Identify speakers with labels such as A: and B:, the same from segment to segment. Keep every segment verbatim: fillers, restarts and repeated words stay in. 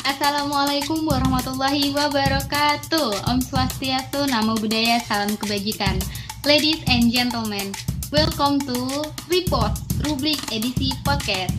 A: Assalamualaikum warahmatullahi wabarakatuh. Om Swastiastu, Namo Buddhaya, Salam Kebajikan. Ladies and gentlemen, welcome to Report, Rubrik Edisi Podcast.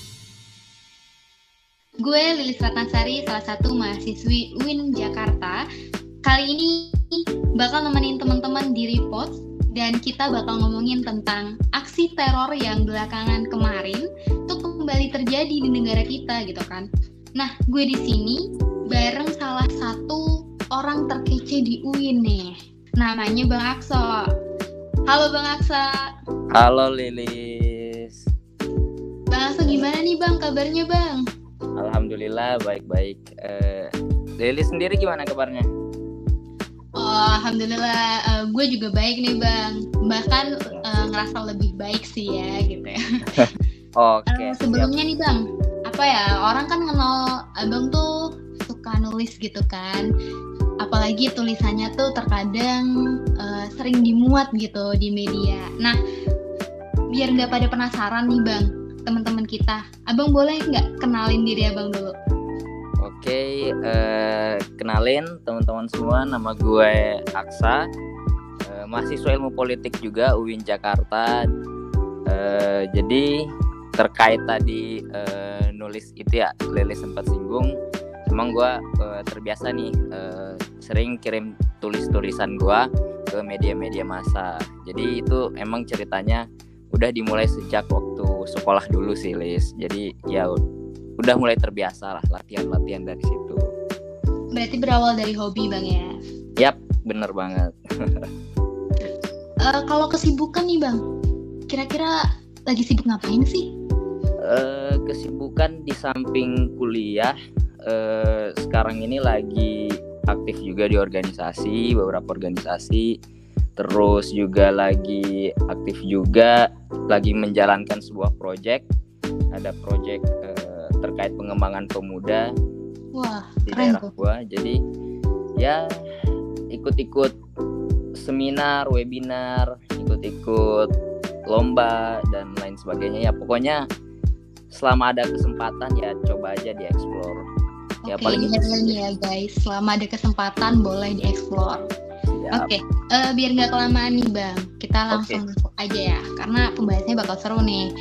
A: Gue Lilis Ratnasari, salah satu mahasiswi U I N Jakarta. Kali ini bakal nemenin teman-teman di Report, dan kita bakal ngomongin tentang aksi teror yang belakangan kemarin tuh kembali terjadi di negara kita gitu kan. Nah, gue di sini bareng salah satu orang terkece di U I N nih. Namanya Bang Aksa. Halo Bang Aksa.
B: Halo Lilis.
A: Bang Aksa gimana nih Bang kabarnya Bang?
B: Alhamdulillah baik-baik. Uh, Lilis sendiri gimana kabarnya?
A: Oh, Alhamdulillah uh, gue juga baik nih Bang. Bahkan uh, ngerasa lebih baik sih ya gitu ya.
B: Oke. Okay,
A: uh, sebelumnya siap. Nih Bang, apa ya, orang kan kenal abang tuh suka nulis gitu kan, apalagi tulisannya tuh terkadang uh, sering dimuat gitu di media. Nah, biar nggak pada penasaran nih bang, teman-teman kita, abang boleh nggak kenalin diri abang dulu?
B: Oke, uh, kenalin teman-teman semua, nama gue Aksa, uh, mahasiswa ilmu politik juga U I N Jakarta. Uh, jadi terkait tadi uh, nulis itu ya, Lilis sempat singgung. Emang gue uh, terbiasa nih uh, sering kirim tulis-tulisan gue ke media-media massa. Jadi itu emang ceritanya udah dimulai sejak waktu sekolah dulu sih, Lis. Jadi ya udah mulai terbiasa lah latihan-latihan dari situ.
A: Berarti berawal dari hobi bang ya?
B: Yap, bener banget.
A: uh, Kalau kesibukan nih bang, kira-kira lagi sibuk ngapain sih?
B: Uh, kesibukan di samping kuliah, uh, sekarang ini lagi aktif juga di organisasi, beberapa organisasi. Terus juga lagi aktif juga, lagi menjalankan sebuah proyek. Ada proyek uh, terkait pengembangan pemuda.
A: Wah,
B: di
A: keren
B: daerah
A: tuh.
B: gua. Jadi ya ikut-ikut seminar, webinar, ikut-ikut lomba dan lain sebagainya. Ya pokoknya selama ada kesempatan ya coba aja dieksplor. Ya
A: Oke,
B: paling
A: headline ya guys, selama ada kesempatan boleh dieksplor. Oke, uh, biar nggak kelamaan nih bang, kita langsung okay. masuk aja ya, karena pembahasannya bakal seru nih.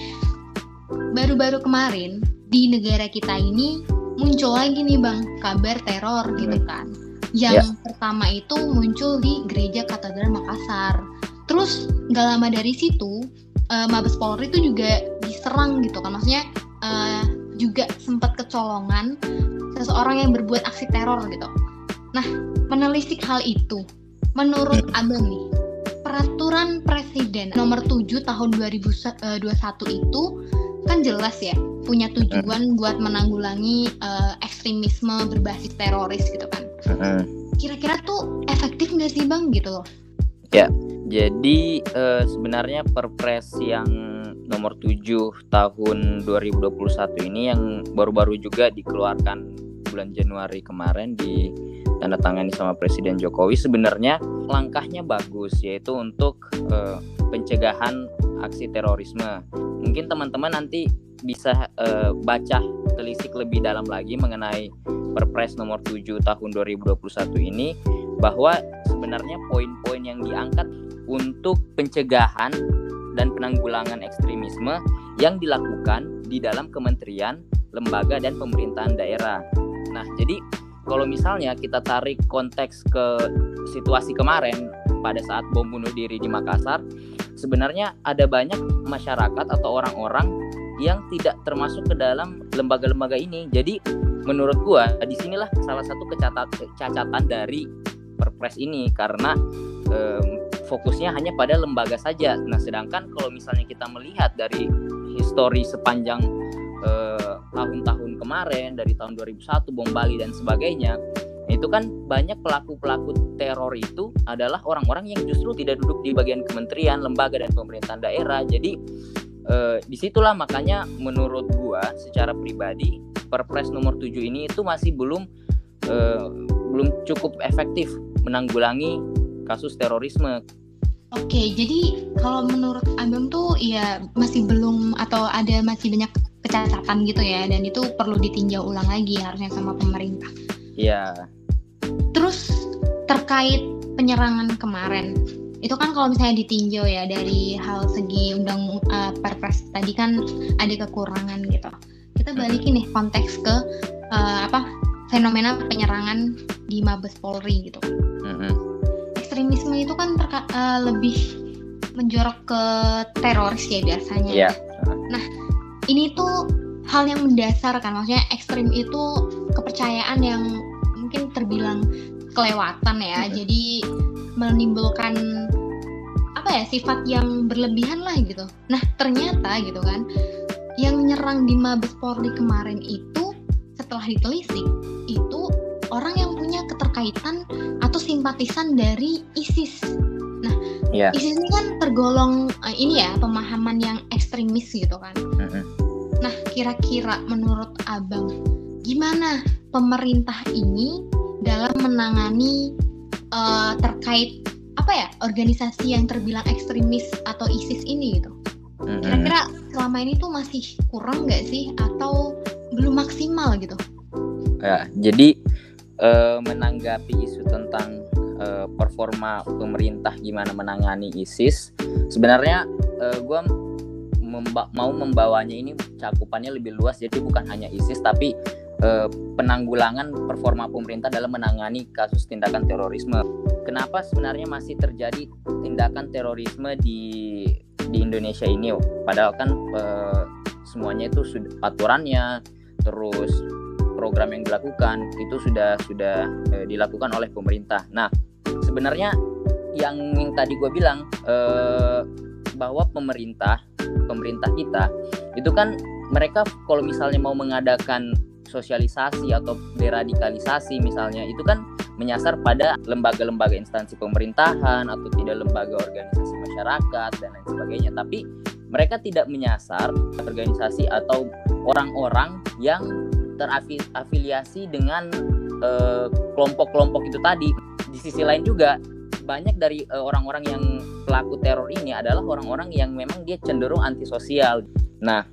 A: Baru-baru kemarin di negara kita ini muncul lagi nih bang kabar teror hmm. gitu kan. Yang yeah. pertama itu muncul di Gereja Katedral Makassar. Terus nggak lama dari situ uh, Mabes Polri itu juga diserang gitu kan, maksudnya uh, juga sempat kecolongan seseorang yang berbuat aksi teror gitu. Nah, menelisik hal itu, menurut abang nih, peraturan Presiden nomor tujuh tahun dua ribu dua puluh satu itu kan jelas ya, punya tujuan buat menanggulangi uh, ekstremisme berbasis teroris gitu kan. Kira-kira tuh efektif nggak sih bang gitu loh?
B: Ya, jadi uh, sebenarnya Perpres yang nomor tujuh tahun dua ribu dua puluh satu ini yang baru-baru juga dikeluarkan bulan Januari kemarin, ditandatangani sama Presiden Jokowi, sebenarnya langkahnya bagus, yaitu untuk uh, pencegahan aksi terorisme. Mungkin teman-teman nanti bisa uh, baca telisik lebih dalam lagi mengenai Perpres nomor tujuh tahun dua ribu dua puluh satu ini, bahwa sebenarnya poin-poin yang diangkat untuk pencegahan dan penanggulangan ekstremisme yang dilakukan di dalam kementerian, lembaga, dan pemerintahan daerah. Nah, jadi kalau misalnya kita tarik konteks ke situasi kemarin pada saat bom bunuh diri di Makassar, sebenarnya ada banyak masyarakat atau orang-orang yang tidak termasuk ke dalam lembaga-lembaga ini. Jadi menurut gua disinilah salah satu kecacatan dari Perpres ini, karena um, fokusnya hanya pada lembaga saja. Nah, sedangkan kalau misalnya kita melihat dari histori sepanjang uh, tahun-tahun kemarin, dari tahun dua ribu satu, bom Bali dan sebagainya, itu kan banyak pelaku-pelaku teror itu adalah orang-orang yang justru tidak duduk di bagian kementerian, lembaga, dan pemerintahan daerah. Jadi uh, disitulah makanya menurut gua secara pribadi Perpres nomor tujuh ini itu masih belum uh, belum cukup efektif menanggulangi kasus terorisme.
A: Oke, jadi kalau menurut abang tuh ya masih belum, atau ada masih banyak kecacatan gitu ya, dan itu perlu ditinjau ulang lagi harusnya sama pemerintah.
B: Iya. Yeah.
A: Terus terkait penyerangan kemarin, itu kan kalau misalnya ditinjau ya dari hal segi undang uh, perpres tadi kan ada kekurangan gitu. Kita balikin nih konteks ke uh, apa fenomena penyerangan di Mabes Polri gitu. Mm-hmm. Ekstremisme itu kan terka- uh, lebih menjorok ke teroris ya biasanya.
B: Yeah.
A: Nah, ini tuh hal yang mendasar kan, maksudnya ekstrim itu kepercayaan yang mungkin terbilang kelewatan ya. Mm-hmm. Jadi menimbulkan apa ya sifat yang berlebihan lah gitu. Nah, ternyata gitu kan, yang menyerang di Mabes Polri kemarin itu setelah ditelisik itu orang yang punya keterkaitan atau simpatisan dari ISIS. Nah, yeah. ISIS ini kan tergolong uh, ini ya pemahaman yang ekstremis gitu kan. Mm-hmm. Nah, kira-kira menurut Abang gimana pemerintah ini dalam menangani uh, terkait apa ya organisasi yang terbilang ekstremis atau ISIS ini gitu? Mm-hmm. Kira-kira selama ini tuh masih kurang nggak sih atau belum maksimal gitu?
B: Ya, jadi uh, menanggapi isu tentang uh, performa pemerintah gimana menangani ISIS, sebenarnya uh, gue memba- mau membawanya ini cakupannya lebih luas, jadi bukan hanya ISIS tapi uh, penanggulangan performa pemerintah dalam menangani kasus tindakan terorisme. Kenapa sebenarnya masih terjadi tindakan terorisme di di Indonesia ini? Padahal kan uh, semuanya itu sudah aturannya, terus program yang dilakukan itu sudah sudah e, dilakukan oleh pemerintah. Nah, sebenarnya yang, yang tadi gue bilang e, bahwa pemerintah pemerintah kita itu kan mereka kalau misalnya mau mengadakan sosialisasi atau deradikalisasi misalnya, itu kan menyasar pada lembaga-lembaga instansi pemerintahan atau tidak lembaga organisasi masyarakat dan lain sebagainya. Tapi mereka tidak menyasar organisasi atau orang-orang yang terafiliasi dengan uh, kelompok-kelompok itu tadi. Di sisi lain juga banyak dari uh, orang-orang yang pelaku teror ini adalah orang-orang yang memang dia cenderung antisosial. Nah,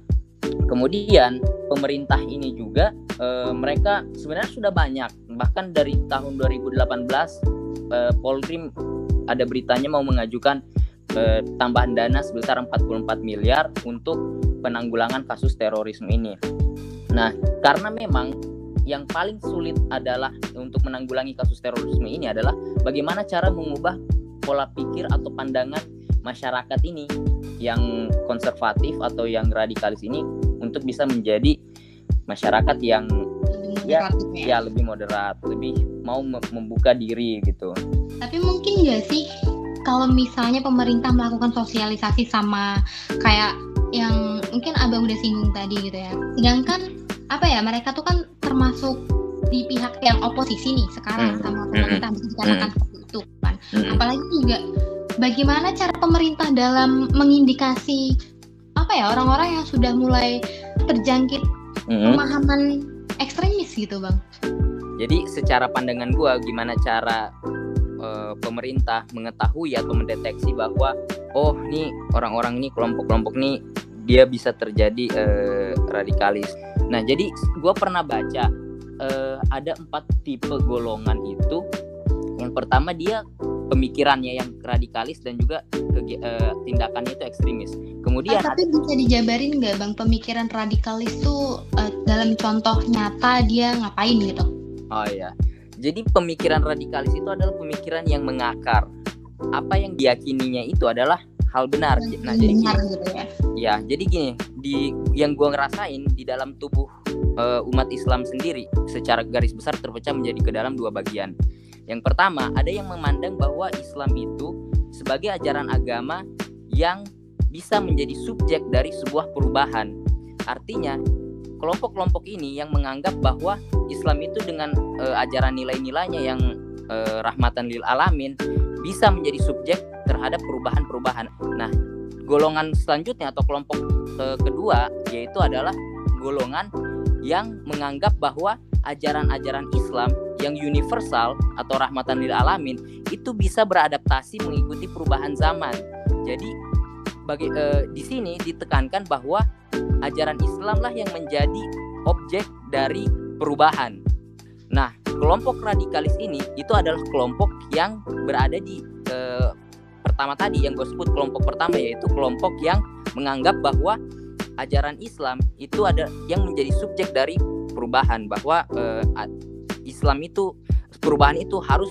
B: kemudian pemerintah ini juga uh, mereka sebenarnya sudah banyak, bahkan dari tahun dua ribu delapan belas uh, Polri ada beritanya mau mengajukan uh, tambahan dana sebesar empat puluh empat miliar untuk penanggulangan kasus terorisme ini. Nah, karena memang yang paling sulit adalah untuk menanggulangi kasus terorisme ini adalah bagaimana cara mengubah pola pikir atau pandangan masyarakat ini yang konservatif atau yang radikalis ini untuk bisa menjadi masyarakat yang ya, ya lebih moderat, lebih mau membuka diri gitu.
A: Tapi mungkin nggak sih kalau misalnya pemerintah melakukan sosialisasi sama kayak yang mungkin Abang udah singgung tadi gitu ya, sedangkan apa ya mereka tuh kan termasuk di pihak yang oposisi nih sekarang mm. sama pemerintah bisa dikatakan mm. seperti itu kan. Mm. Apalagi juga bagaimana cara pemerintah dalam mengindikasi apa ya orang-orang yang sudah mulai terjangkit mm. pemahaman ekstremis gitu Bang.
B: Jadi secara pandangan gue gimana cara uh, pemerintah mengetahui atau mendeteksi bahwa oh nih orang-orang ini kelompok-kelompok nih dia bisa terjadi uh, radikalis. Nah, jadi gue pernah baca uh, ada empat tipe golongan itu. Yang pertama dia pemikirannya yang radikalis dan juga ke, uh, tindakannya itu ekstremis. Kemudian
A: ah, tapi ada, bisa dijabarin nggak Bang pemikiran radikalis tuh uh, dalam contoh nyata dia ngapain gitu?
B: Oh iya, jadi pemikiran radikalis itu adalah pemikiran yang mengakar. Apa yang diyakininya itu adalah hal benar. Nah, jadi gini, gitu ya. Ya, jadi gini, di yang gue ngerasain di dalam tubuh uh, umat Islam sendiri secara garis besar terpecah menjadi ke dalam dua bagian. Yang pertama, ada yang memandang bahwa Islam itu sebagai ajaran agama yang bisa menjadi subjek dari sebuah perubahan. Artinya, kelompok-kelompok ini yang menganggap bahwa Islam itu dengan uh, ajaran nilai-nilainya yang uh, rahmatan lil alamin bisa menjadi subjek terhadap perubahan-perubahan. Nah, golongan selanjutnya atau kelompok e, kedua yaitu adalah golongan yang menganggap bahwa ajaran-ajaran Islam yang universal atau rahmatan lil alamin itu bisa beradaptasi mengikuti perubahan zaman. Jadi bagi uh, di sini ditekankan bahwa ajaran Islam lah yang menjadi objek dari perubahan. Nah, kelompok radikalis ini itu adalah kelompok yang berada di uh, pertama tadi yang gue sebut kelompok pertama, yaitu kelompok yang menganggap bahwa ajaran Islam itu ada yang menjadi subjek dari perubahan, bahwa uh, Islam itu perubahan itu harus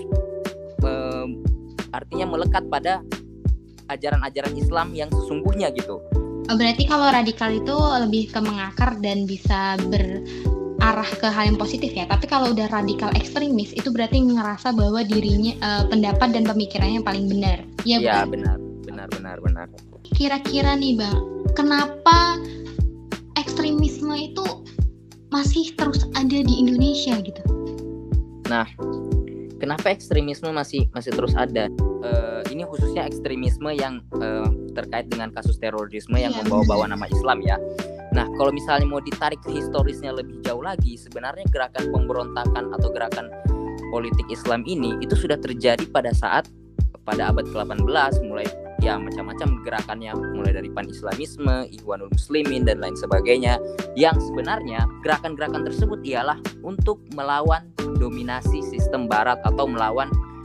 B: uh, artinya melekat pada ajaran-ajaran Islam yang sesungguhnya gitu.
A: Oh, berarti kalau radikal itu lebih ke mengakar dan bisa berarah ke hal yang positif ya. Tapi kalau udah radikal ekstremis itu berarti ngerasa bahwa dirinya uh, pendapat dan pemikirannya yang paling benar. Iya,
B: ya, benar, benar, benar, benar.
A: Kira-kira nih Bang, kenapa ekstremisme itu masih terus ada di Indonesia gitu?
B: Nah, kenapa ekstremisme masih masih terus ada? Uh, ini khususnya ekstremisme yang uh, terkait dengan kasus terorisme yang ya, membawa-bawa nama Islam ya. Nah, kalau misalnya mau ditarik ke historisnya lebih jauh lagi, sebenarnya gerakan pemberontakan atau gerakan politik Islam ini itu sudah terjadi pada saat pada abad ke delapan belas, mulai ya macam-macam gerakannya, mulai dari pan-islamisme, Ikhwanul Muslimin dan lain sebagainya, yang sebenarnya gerakan-gerakan tersebut ialah untuk melawan dominasi sistem barat atau melawan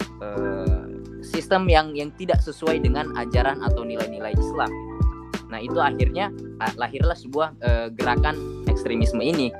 B: uh, sistem yang yang tidak sesuai dengan ajaran atau nilai-nilai Islam. Nah, itu akhirnya lahirlah sebuah uh, gerakan ekstremisme ini.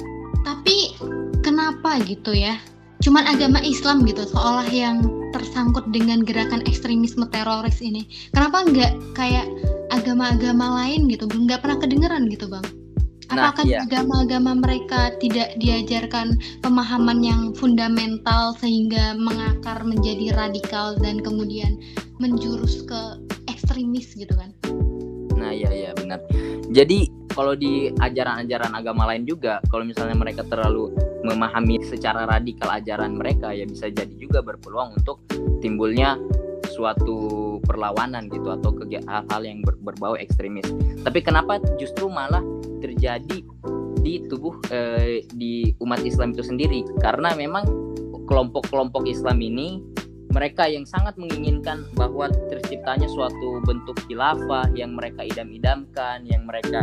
A: Tapi kenapa gitu ya? Cuman agama Islam gitu seolah yang tersangkut dengan gerakan ekstremisme teroris ini. Kenapa nggak kayak agama-agama lain gitu? Nggak pernah kedengeran gitu Bang? Apakah nah, iya. agama-agama mereka tidak diajarkan pemahaman yang fundamental sehingga mengakar menjadi radikal dan kemudian menjurus ke ekstremis gitu kan?
B: Nah iya iya benar. Jadi kalau di ajaran-ajaran agama lain juga, kalau misalnya mereka terlalu memahami secara radikal ajaran mereka, ya bisa jadi juga berpeluang untuk timbulnya suatu perlawanan gitu atau ke hal-hal yang ber- berbau ekstremis. Tapi kenapa justru malah terjadi di tubuh eh, di umat Islam itu sendiri? Karena memang kelompok-kelompok Islam ini mereka yang sangat menginginkan bahwa terciptanya suatu bentuk khilafah yang mereka idam-idamkan, yang mereka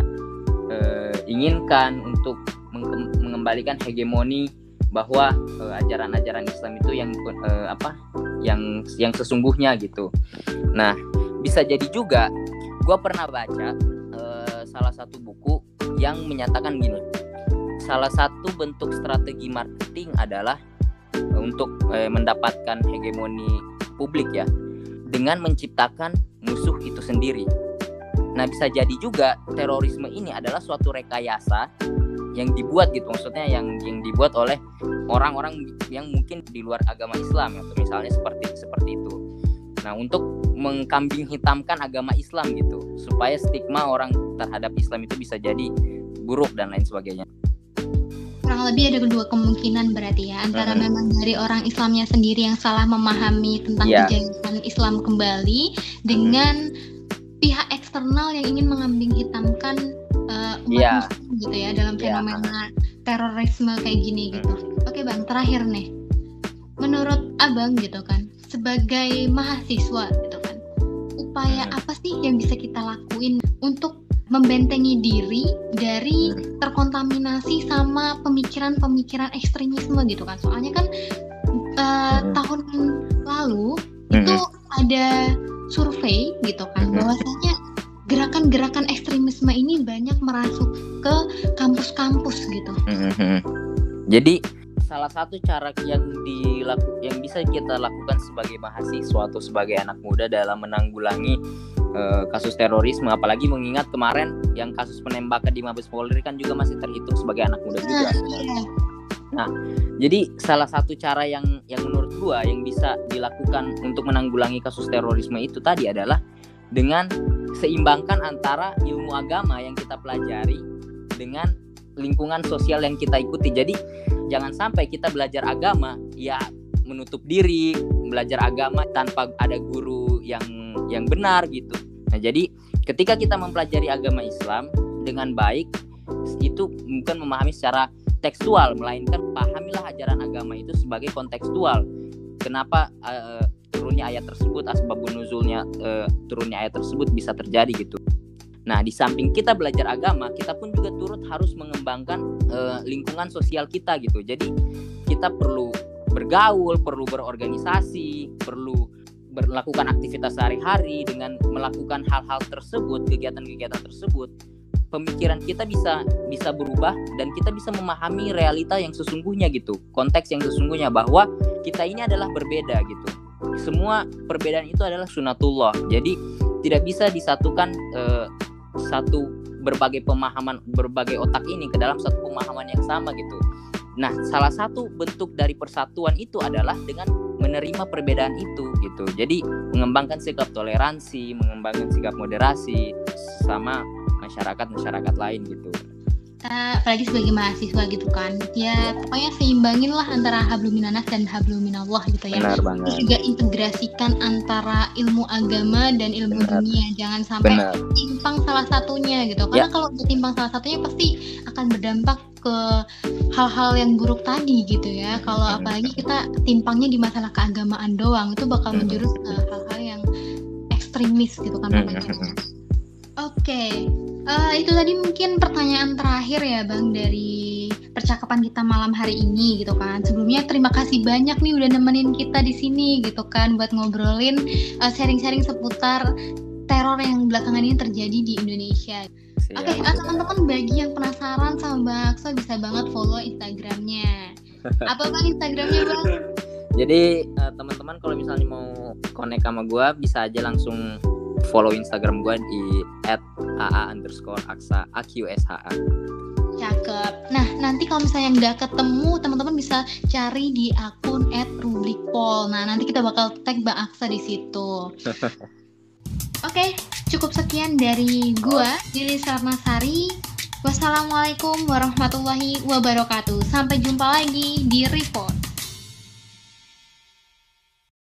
B: eh, inginkan untuk menge- mengembalikan hegemoni bahwa eh, ajaran-ajaran Islam itu yang eh, apa yang yang sesungguhnya gitu. Nah, bisa jadi juga gue pernah baca eh, salah satu buku yang menyatakan gini, salah satu bentuk strategi marketing adalah eh, untuk eh, mendapatkan hegemoni publik ya, dengan menciptakan musuh itu sendiri. Nah, bisa jadi juga terorisme ini adalah suatu rekayasa yang dibuat gitu, maksudnya yang yang dibuat oleh orang-orang yang mungkin di luar agama Islam atau misalnya seperti seperti itu. Nah, untuk mengkambing hitamkan agama Islam gitu, supaya stigma orang terhadap Islam itu bisa jadi buruk dan lain sebagainya.
A: Kurang lebih ada kedua kemungkinan berarti ya, antara mm-hmm. memang dari orang Islamnya sendiri yang salah memahami tentang yeah. kejayaan Islam kembali, dengan mm-hmm. pihak eksternal yang ingin mengambing hitamkan uh, umat yeah. Muslim gitu ya dalam fenomena yeah. terorisme kayak gini gitu. Oke Bang, terakhir nih, menurut Abang gitu kan, sebagai mahasiswa gitu kan, upaya apa sih yang bisa kita lakuin untuk membentengi diri dari terkontaminasi sama pemikiran-pemikiran ekstremisme gitu kan? Soalnya kan uh, tahun lalu itu ada survei gitu kan, bahwasanya gerakan-gerakan ekstremisme ini banyak merasuk ke kampus-kampus gitu.
B: Mm-hmm. Jadi salah satu cara yang dilaku, yang bisa kita lakukan sebagai mahasiswa atau sebagai anak muda dalam menanggulangi uh, kasus terorisme, apalagi mengingat kemarin yang kasus penembakan di Mabes Polri kan juga masih terhitung sebagai anak muda juga. Nah, nah, jadi salah satu cara yang yang menurut gua yang bisa dilakukan untuk menanggulangi kasus terorisme itu tadi adalah dengan seimbangkan antara ilmu agama yang kita pelajari dengan lingkungan sosial yang kita ikuti. Jadi jangan sampai kita belajar agama ya menutup diri, belajar agama tanpa ada guru yang yang benar gitu. Nah, jadi ketika kita mempelajari agama Islam dengan baik, itu bukan memahami secara tekstual, melainkan pahamilah ajaran agama itu sebagai kontekstual. Kenapa uh, turunnya ayat tersebut, asbabun nuzulnya uh, turunnya ayat tersebut bisa terjadi gitu. Nah, di samping kita belajar agama, kita pun juga turut harus mengembangkan uh, lingkungan sosial kita gitu. Jadi kita perlu bergaul, perlu berorganisasi, perlu melakukan aktivitas sehari-hari. Dengan melakukan hal-hal tersebut, kegiatan-kegiatan tersebut, pemikiran kita bisa bisa berubah dan kita bisa memahami realita yang sesungguhnya gitu, konteks yang sesungguhnya bahwa kita ini adalah berbeda gitu. Semua perbedaan itu adalah sunatullah. Jadi tidak bisa disatukan eh, satu berbagai pemahaman, berbagai otak ini ke dalam satu pemahaman yang sama gitu. Nah, salah satu bentuk dari persatuan itu adalah dengan menerima perbedaan itu gitu. Jadi mengembangkan sikap toleransi, mengembangkan sikap moderasi sama masyarakat-masyarakat lain gitu.
A: Uh, apalagi sebagai mahasiswa gitu kan, ya pokoknya seimbangin lah antara hablum minanas dan hablum minallah gitu ya.
B: Benar banget.
A: Terus juga integrasikan antara ilmu agama dan ilmu Benar. dunia, jangan sampai Benar. timpang salah satunya gitu. Karena ya. kalau timpang salah satunya pasti akan berdampak ke hal-hal yang buruk tadi gitu ya. Kalau hmm. apalagi kita timpangnya di masalah keagamaan doang, itu bakal hmm. menjurus ke hal-hal yang ekstremis gitu kan pokoknya. Hmm. Oke, okay. uh, itu tadi mungkin pertanyaan terakhir ya Bang dari percakapan kita malam hari ini gitu kan. Sebelumnya terima kasih banyak nih udah nemenin kita di sini gitu kan buat ngobrolin uh, sharing-sharing seputar teror yang belakangan ini terjadi di Indonesia. Oke, okay, uh, teman-teman bagi yang penasaran sama Bang Aqsa bisa banget follow Instagramnya. Apa Bang Instagramnya Bang?
B: Jadi uh, teman-teman kalau misalnya mau connect sama gue bisa aja langsung follow Instagram gue di at aa underscore aksa aqsh.
A: Cakep. Nah, nanti kalau misalnya nggak ketemu, teman-teman bisa cari di akun at rublikpol. Nah, nanti kita bakal tag Bang Aqsa di situ. Oke, okay, cukup sekian dari gua, Lilis Ratnasari. Wassalamualaikum warahmatullahi wabarakatuh. Sampai jumpa lagi di Report.